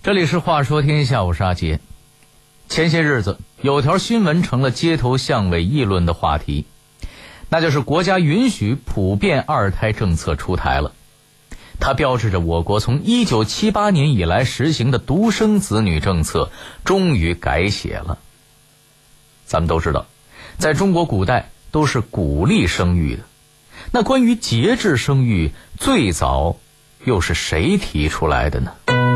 这里是话说天下，我是阿杰。前些日子有条新闻成了街头巷尾议论的话题，那就是国家允许普遍二胎政策出台了。它标志着我国从1978年以来实行的独生子女政策终于改写了。咱们都知道，在中国古代都是鼓励生育的，那关于节制生育最早又是谁提出来的呢？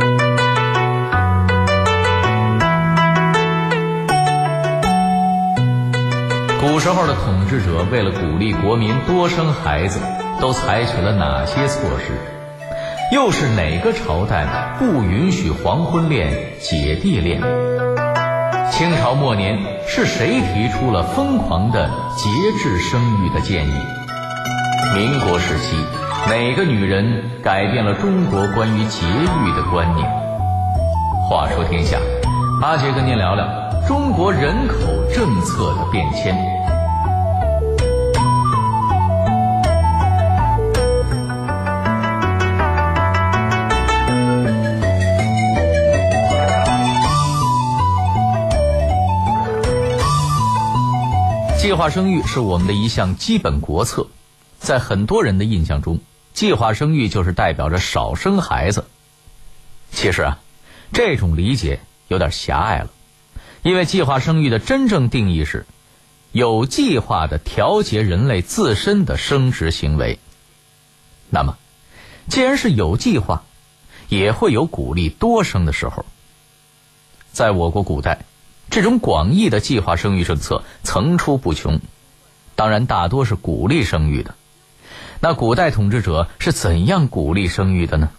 古时候的统治者为了鼓励国民多生孩子，都采取了哪些措施？又是哪个朝代不允许黄昏恋、姐弟恋？清朝末年是谁提出了疯狂的节制生育的建议？民国时期哪个女人改变了中国关于节育的观念？话说天下，阿杰跟您聊聊中国人口政策的变迁。计划生育是我们的一项基本国策，在很多人的印象中，计划生育就是代表着少生孩子。其实这种理解有点狭隘了，因为计划生育的真正定义是有计划地调节人类自身的生殖行为。那么既然是有计划，也会有鼓励多生的时候。在我国古代，这种广义的计划生育政策层出不穷，当然大多是鼓励生育的。那古代统治者是怎样鼓励生育的呢？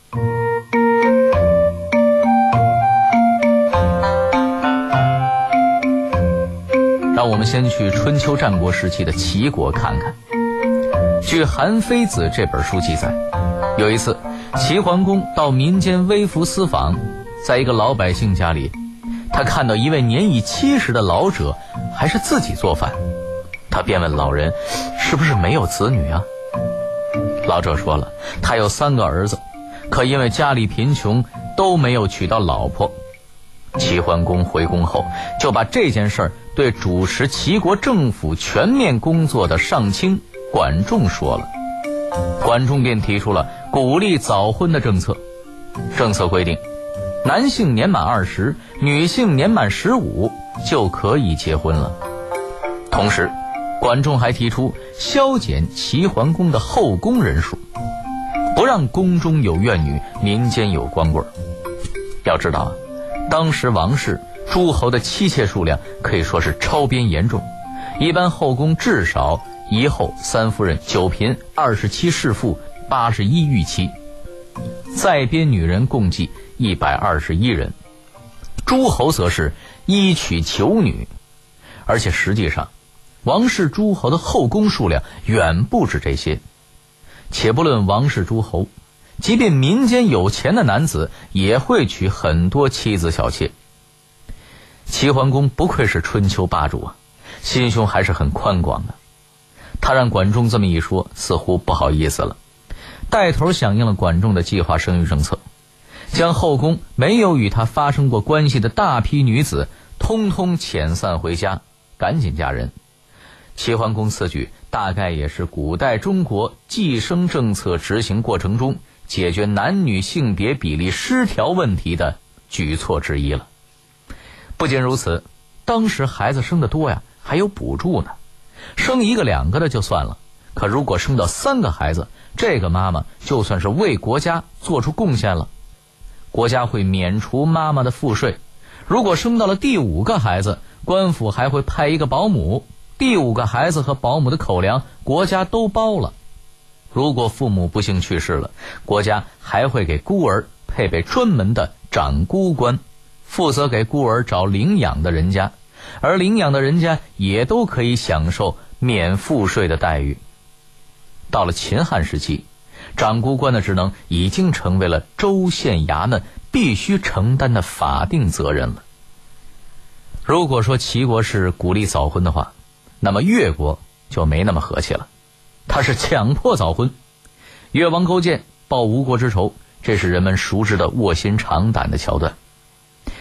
让我们先去春秋战国时期的齐国看看。据《韩非子》这本书记载，有一次齐桓公到民间微服私访，在一个老百姓家里，他看到一位年已70的老者还是自己做饭，他便问老人是不是没有子女啊？老者说了，他有3个儿子，可因为家里贫穷都没有娶到老婆。齐桓公回宫后就把这件事儿对主持齐国政府全面工作的上卿管仲说了，管仲便提出了鼓励早婚的政策。政策规定，男性年满20，女性年满15就可以结婚了。同时管仲还提出削减齐桓公的后宫人数，不让宫中有怨女，民间有光棍。要知道当时王室诸侯的妻妾数量可以说是超编严重，一般后宫至少1后3夫人9嫔27侍妇81御妻，在编女人共计121人。诸侯则是1娶9女，而且实际上王室诸侯的后宫数量远不止这些。且不论王室诸侯，即便民间有钱的男子也会娶很多妻子小妾。齐桓公不愧是春秋霸主心胸还是很宽广的。他让管仲这么一说，似乎不好意思了，带头响应了管仲的计划生育政策，将后宫没有与他发生过关系的大批女子通通遣散回家，赶紧嫁人。齐桓公此举大概也是古代中国计生政策执行过程中解决男女性别比例失调问题的举措之一了。不仅如此，当时孩子生得多还有补助呢。生1个2个的就算了，可如果生到3个孩子，这个妈妈就算是为国家做出贡献了，国家会免除妈妈的赋税。如果生到了第5个孩子，官府还会派一个保姆，第5个孩子和保姆的口粮国家都包了。如果父母不幸去世了，国家还会给孤儿配备专门的长孤官，负责给孤儿找领养的人家，而领养的人家也都可以享受免赋税的待遇。到了秦汉时期，长孤官的职能已经成为了州县衙门必须承担的法定责任了。如果说齐国是鼓励早婚的话，那么越国就没那么和气了，他是强迫早婚。越王勾践报吴国之仇，这是人们熟知的卧薪尝胆的桥段。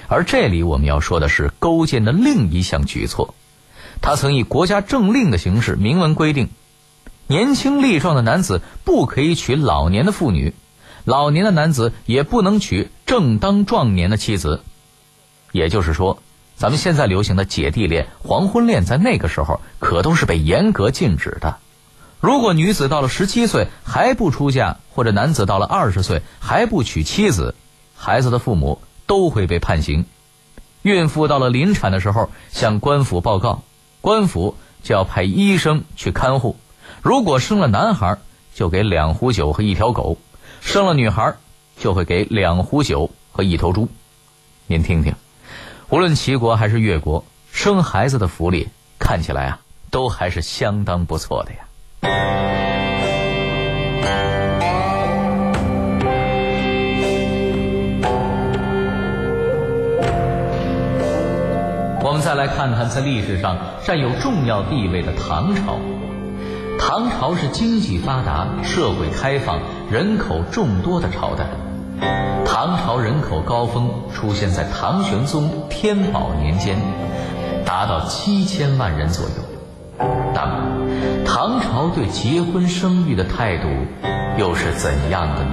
而这里我们要说的是勾践的另一项举措，他曾以国家政令的形式明文规定，年轻力壮的男子不可以娶老年的妇女，老年的男子也不能娶正当壮年的妻子。也就是说，咱们现在流行的姐弟恋、黄昏恋，在那个时候可都是被严格禁止的。如果女子到了17岁还不出嫁，或者男子到了20岁还不娶妻子，孩子的父母都会被判刑。孕妇到了临产的时候向官府报告，官府就要派医生去看护。如果生了男孩，就给2壶酒和1条狗；生了女孩，就会给2壶酒和1头猪。您听听，无论齐国还是越国，生孩子的福利看起来啊，都还是相当不错的呀。我们再来看看在历史上占有重要地位的唐朝。唐朝是经济发达、社会开放、人口众多的朝代。唐朝人口高峰出现在唐玄宗天宝年间，达到7000万人左右。那么，唐朝对结婚生育的态度又是怎样的呢？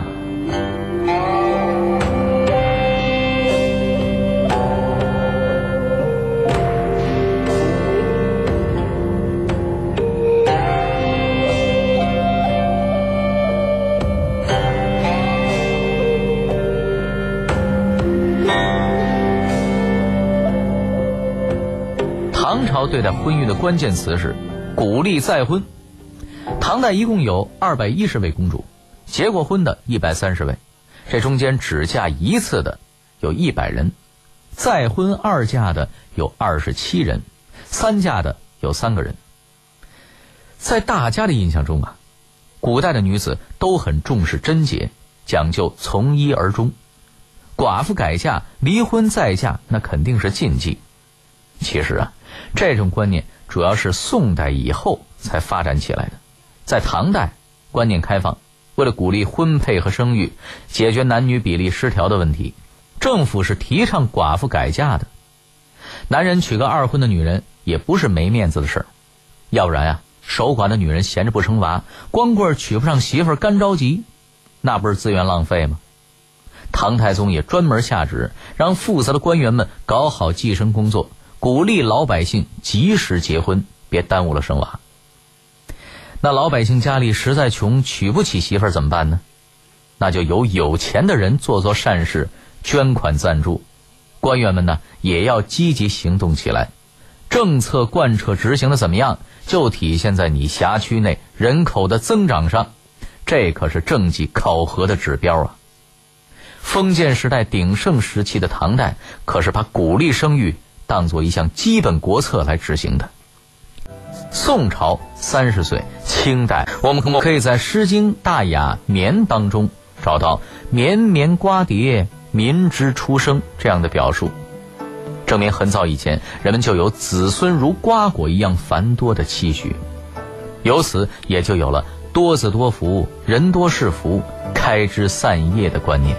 唐朝对待婚育的关键词是鼓励再婚。唐代一共有210位公主，结过婚的130位，这中间只嫁一次的有100人，再婚2嫁的有27人，3嫁的有3个人。在大家的印象中啊，古代的女子都很重视贞洁，讲究从一而终。寡妇改嫁、离婚再嫁，那肯定是禁忌。其实啊，这种观念主要是宋代以后才发展起来的。在唐代，观念开放，为了鼓励婚配和生育，解决男女比例失调的问题，政府是提倡寡妇改嫁的。男人娶个2婚的女人也不是没面子的事儿，要不然啊，守寡的女人闲着不成娃，光棍娶不上媳妇儿干着急，那不是资源浪费吗？唐太宗也专门下旨，让负责的官员们搞好计生工作，鼓励老百姓及时结婚，别耽误了生娃。那老百姓家里实在穷，娶不起媳妇儿怎么办呢？那就由有钱的人做善事，捐款赞助。官员们呢，也要积极行动起来。政策贯彻执行的怎么样，就体现在你辖区内人口的增长上，这可是政绩考核的指标啊。封建时代鼎盛时期的唐代，可是把鼓励生育当作一项基本国策来执行的。宋朝30岁，清代我们可以在《诗经·大雅·绵》当中找到绵绵瓜瓞，民之初生这样的表述，证明很早以前人们就有子孙如瓜果一样繁多的期许，由此也就有了多子多福、人多是福、开枝散叶的观念。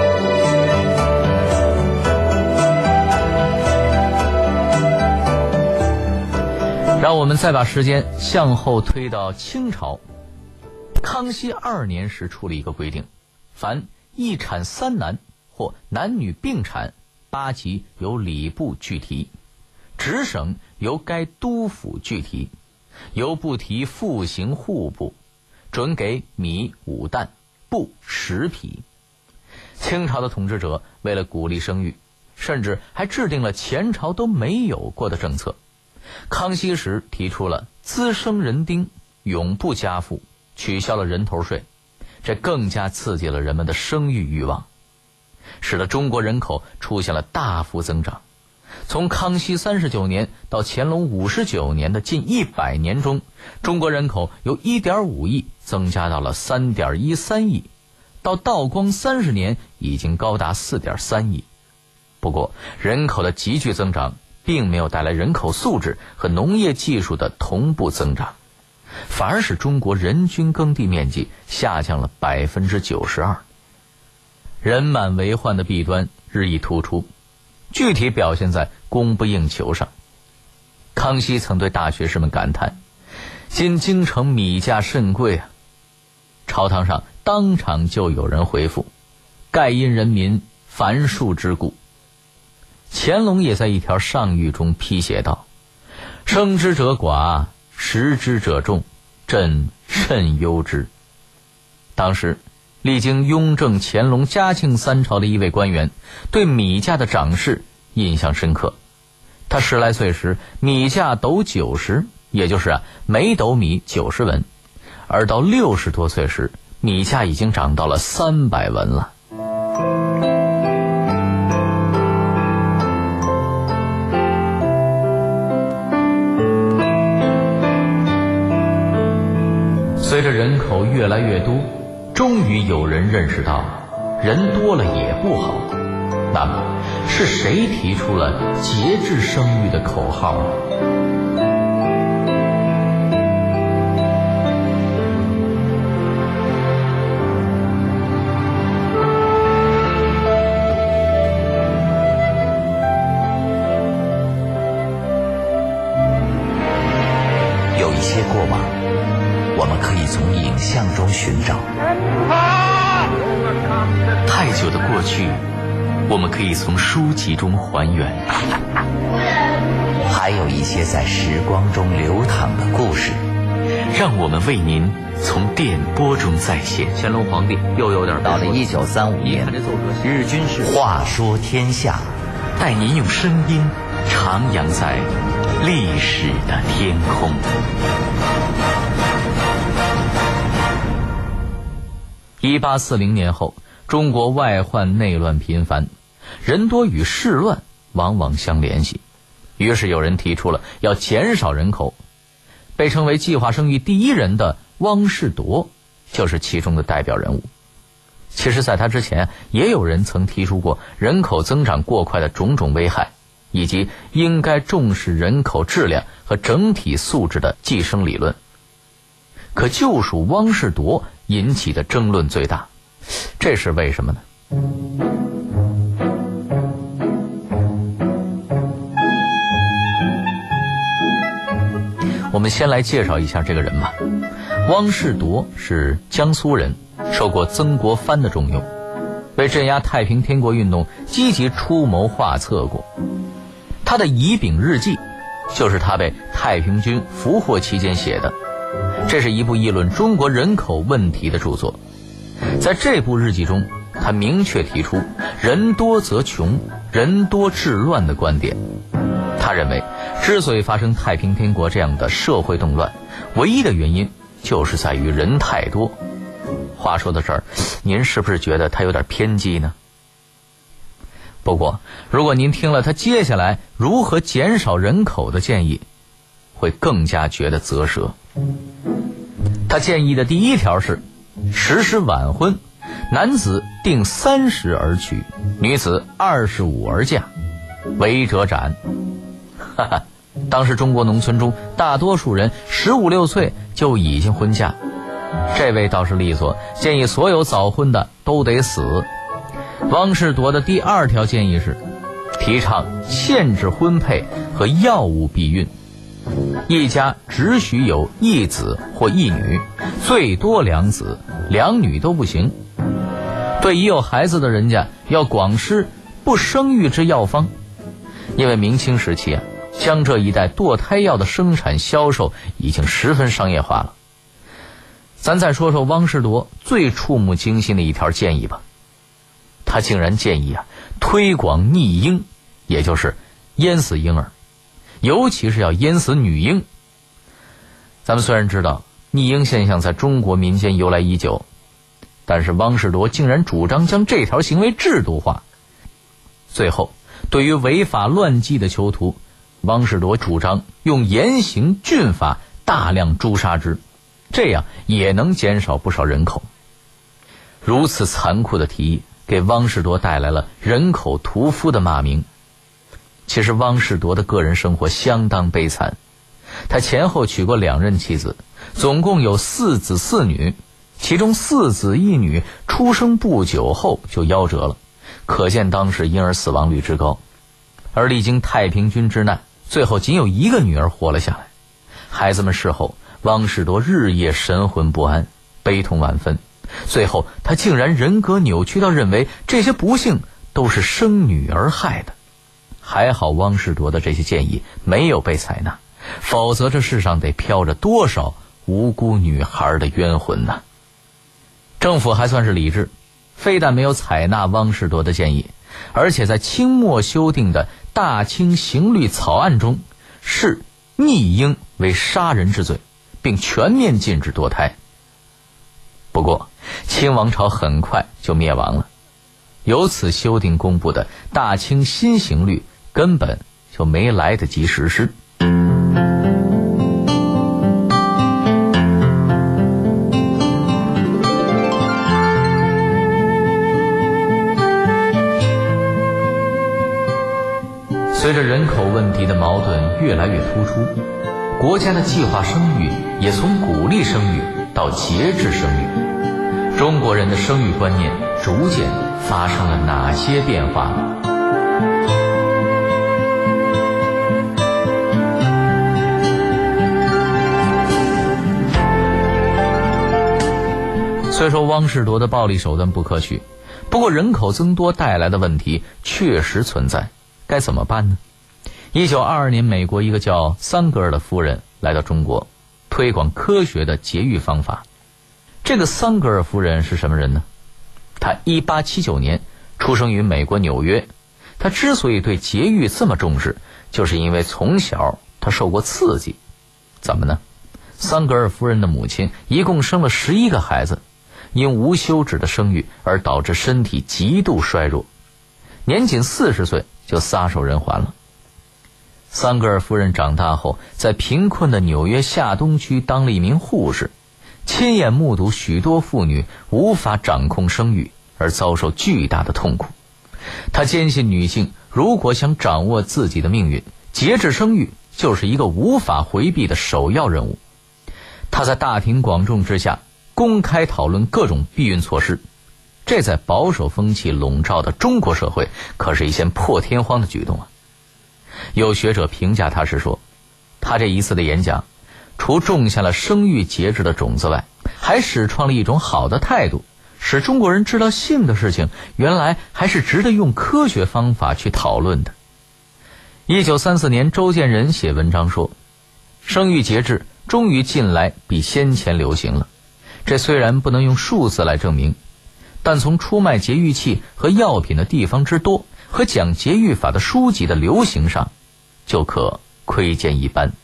让我们再把时间向后推到清朝。康熙2年时出了一个规定，凡一产3男或男女并产，8级由礼部具提，直省由该督府具提，由不提复行户部，准给米5担，布10匹。清朝的统治者为了鼓励生育，甚至还制定了前朝都没有过的政策。康熙时提出了滋生人丁，永不加赋，取消了人头税，这更加刺激了人们的生育欲望，使得中国人口出现了大幅增长。从康熙39年到乾隆59年的近100年中，中国人口由 1.5 亿增加到了 3.13 亿，到道光30年已经高达 4.3 亿。不过人口的急剧增长并没有带来人口素质和农业技术的同步增长，反而使中国人均耕地面积下降了 92%。 人满为患的弊端日益突出， 具体表现在供不应求上。康熙曾对大学士们感叹：今京城米价甚贵啊！朝堂上当场就有人回复：盖因人民繁庶之故。乾隆也在一条上谕中批写道：生之者寡，食之者众，朕甚忧之。当时历经雍正、乾隆、嘉庆三朝的一位官员对米价的涨势印象深刻。他10来岁时，米价斗90，也就是每斗米90文，而到60多岁时，米价已经涨到了300文了。随着人口越来越多，终于有人认识到人多了也不好。那么是谁提出了节制生育的口号呢？ 有一些过往，我们可以从影像中寻找； 太久的过去，我们可以从书籍中还原。 还有一些在时光中流淌的故事， 让我们为您从电波中再现。乾隆皇帝又有点到了1935年， 日军是话说天下， 带您用声音徜徉在历史的天空。1840年后，中国外患内乱频繁，人多与事乱往往相联系，于是有人提出了要减少人口。被称为计划生育第一人的汪士铎就是其中的代表人物。其实在他之前，也有人曾提出过人口增长过快的种种危害，以及应该重视人口质量和整体素质的计生理论。可就属汪士铎引起的争论最大，这是为什么呢？我们先来介绍一下这个人吧。汪士铎是江苏人，受过曾国藩的重用，为镇压太平天国运动积极出谋划策过。他的乙丙日记就是他被太平军俘获期间写的，这是一部议论中国人口问题的著作。在这部日记中，他明确提出人多则穷，人多治乱的观点。他认为之所以发生太平天国这样的社会动乱，唯一的原因就是在于人太多。话说到这儿，您是不是觉得他有点偏激呢？不过如果您听了他接下来如何减少人口的建议，会更加觉得啧舌。他建议的第一条是实施晚婚，男子定30而娶，女子25而嫁，违者斩。哈哈，当时中国农村中大多数人15、16岁就已经婚嫁，这位倒是利索，建议所有早婚的都得死。汪士铎的第二条建议是提倡限制婚配和药物避孕，一家只许有1子或1女，最多2子，2女都不行。对已有孩子的人家要广施不生育之药方，因为明清时期江浙一带堕胎药的生产销售已经十分商业化了。咱再说说汪士铎最触目惊心的一条建议吧。他竟然建议推广溺婴，也就是淹死婴儿，尤其是要淹死女婴。咱们虽然知道溺婴现象在中国民间由来已久，但是汪士铎竟然主张将这条行为制度化。最后对于违法乱纪的囚徒，汪士铎主张用严刑峻法大量诛杀之，这样也能减少不少人口。如此残酷的提议给汪士铎带来了人口屠夫的骂名。其实汪士铎的个人生活相当悲惨，他前后娶过2任妻子，总共有4子4女，其中4子1女出生不久后就夭折了，可见当时婴儿死亡率之高。 而历经太平军之难，最后仅有一个女儿活了下来。孩子们事后，汪士多日夜神魂不安，悲痛万分。最后他竟然人格扭曲到认为这些不幸都是生女儿害的。还好汪士多的这些建议没有被采纳，否则这世上得飘着多少无辜女孩的冤魂呢？政府还算是理智，非但没有采纳汪士多的建议，而且在清末修订的大清刑律草案中视逆婴为杀人之罪，并全面禁止堕胎。不过清王朝很快就灭亡了，由此修订公布的大清新刑律根本就没来得及实施。随着人口问题的矛盾越来越突出，国家的计划生育也从鼓励生育到节制生育。中国人的生育观念逐渐发生了哪些变化呢？虽说汪士多的暴力手段不可取，不过人口增多带来的问题确实存在，该怎么办呢？1922年，美国一个叫桑格尔的夫人来到中国，推广科学的节育方法。这个桑格尔夫人是什么人呢？她1879年出生于美国纽约。她之所以对节育这么重视，就是因为从小她受过刺激。怎么呢？桑格尔夫人的母亲一共生了11个孩子，因无休止的生育而导致身体极度衰弱，年仅40岁就撒手人寰了。桑格尔夫人长大后，在贫困的纽约下东区当了一名护士，亲眼目睹许多妇女无法掌控生育而遭受巨大的痛苦。她坚信女性如果想掌握自己的命运，节制生育就是一个无法回避的首要任务。她在大庭广众之下公开讨论各种避孕措施，这在保守风气笼罩的中国社会可是一件破天荒的举动啊！有学者评价他是说，他这一次的演讲除种下了生育节制的种子外，还始创了一种好的态度，使中国人知道性的事情原来还是值得用科学方法去讨论的。1934年，周建人写文章说，生育节制终于近来比先前流行了。这虽然不能用数字来证明，但从出卖节育器和药品的地方之多和讲节育法的书籍的流行上，就可窥见一斑。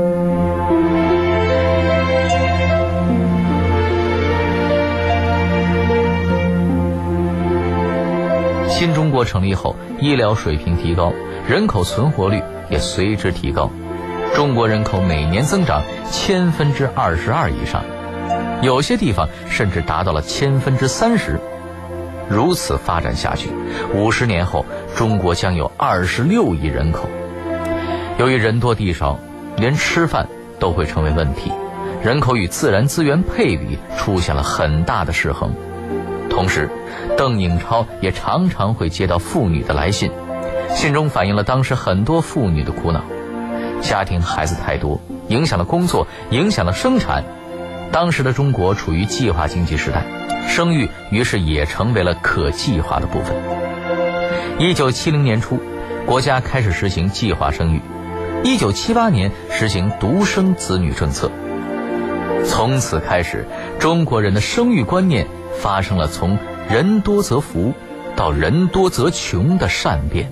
新中国成立后，医疗水平提高，人口存活率也随之提高，中国人口每年增长22%以上，有些地方甚至达到了30%。如此发展下去，50年后中国将有26亿人口。由于人多地少，连吃饭都会成为问题，人口与自然资源配比出现了很大的失衡。同时，邓颖超也常常会接到妇女的来信，信中反映了当时很多妇女的苦恼。家庭孩子太多，影响了工作，影响了生产。当时的中国处于计划经济时代，生育于是也成为了可计划的部分。1970年初，国家开始实行计划生育，1978年实行独生子女政策。从此开始，中国人的生育观念发生了从人多则福到人多则穷的善变。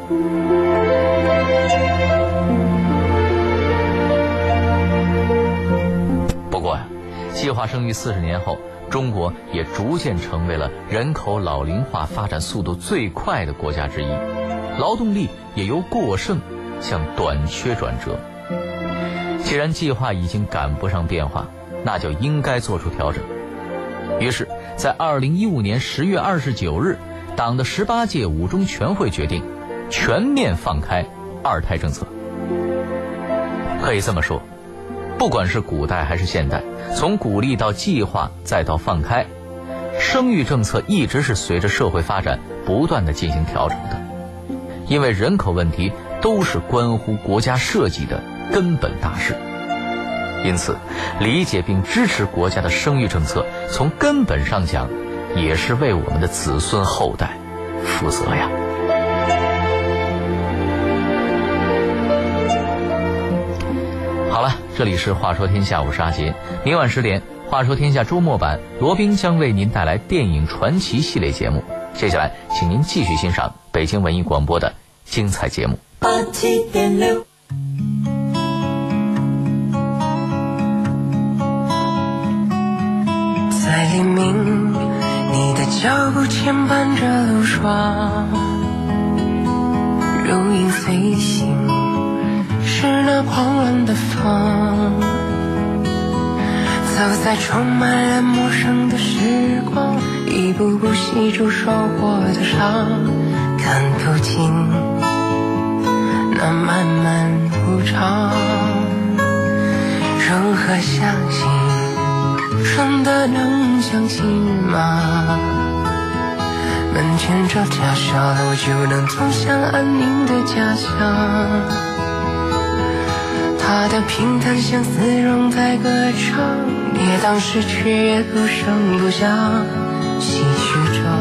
不过呀，计划生育40年后，中国也逐渐成为了人口老龄化发展速度最快的国家之一，劳动力也由过剩向短缺转折。既然计划已经赶不上变化，那就应该做出调整。于是在2015年10月29日，党的18届五中全会决定全面放开二胎政策。可以这么说，不管是古代还是现代，从鼓励到计划再到放开，生育政策一直是随着社会发展不断的进行调整的。 因为人口问题都是关乎国家设计的根本大事。因此，理解并支持国家的生育政策，从根本上讲，也是为我们的子孙后代负责呀。好了，这里是《话说天下》，我是阿杰。明晚10点，《话说天下》周末版，罗宾将为您带来电影传奇系列节目。接下来，请您继续欣赏北京文艺广播的精彩节目。87.6 在黎明，你的脚步牵绊着路霜，如影随形，是那狂乱的风，走在充满了陌生的时光，一步步细数受过的伤，看不尽那漫漫无常。如何相信真的能相信吗？门前这条小路就能通向安宁的家乡，它的平淡像丝绒在歌唱，越当失去越不声不响，唏嘘着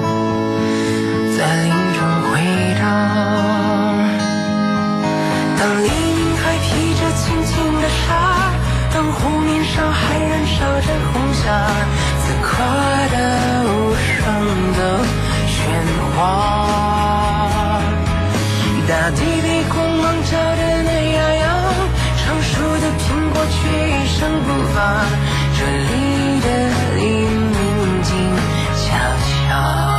在林中回荡。当黎明还披着轻轻的纱，当湖面上还燃烧着红霞，此刻的无声的喧哗，大地被光芒照得暖洋洋，成熟的苹果却一声不发，这里的黎明静悄悄。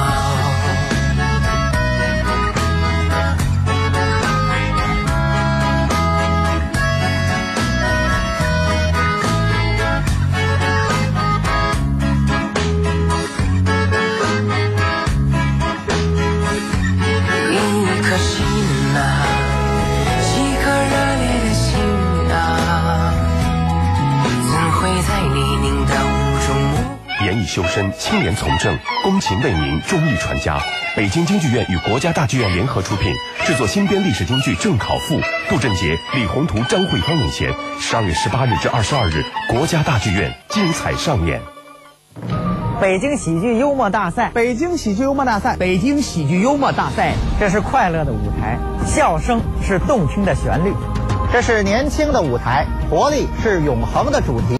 严以修身，清廉从政，躬勤为民，忠义传家。北京京剧院与国家大剧院联合出品，制作新编历史京剧《正考赋》。杜振杰、李宏图、张慧芳领衔，12月18日至22日，国家大剧院精彩上演。 北京喜剧幽默大赛， 北京喜剧幽默大赛， 北京喜剧幽默大赛，这是快乐的舞台，笑声是动听的旋律， 这是年轻的舞台，活力是永恒的主题。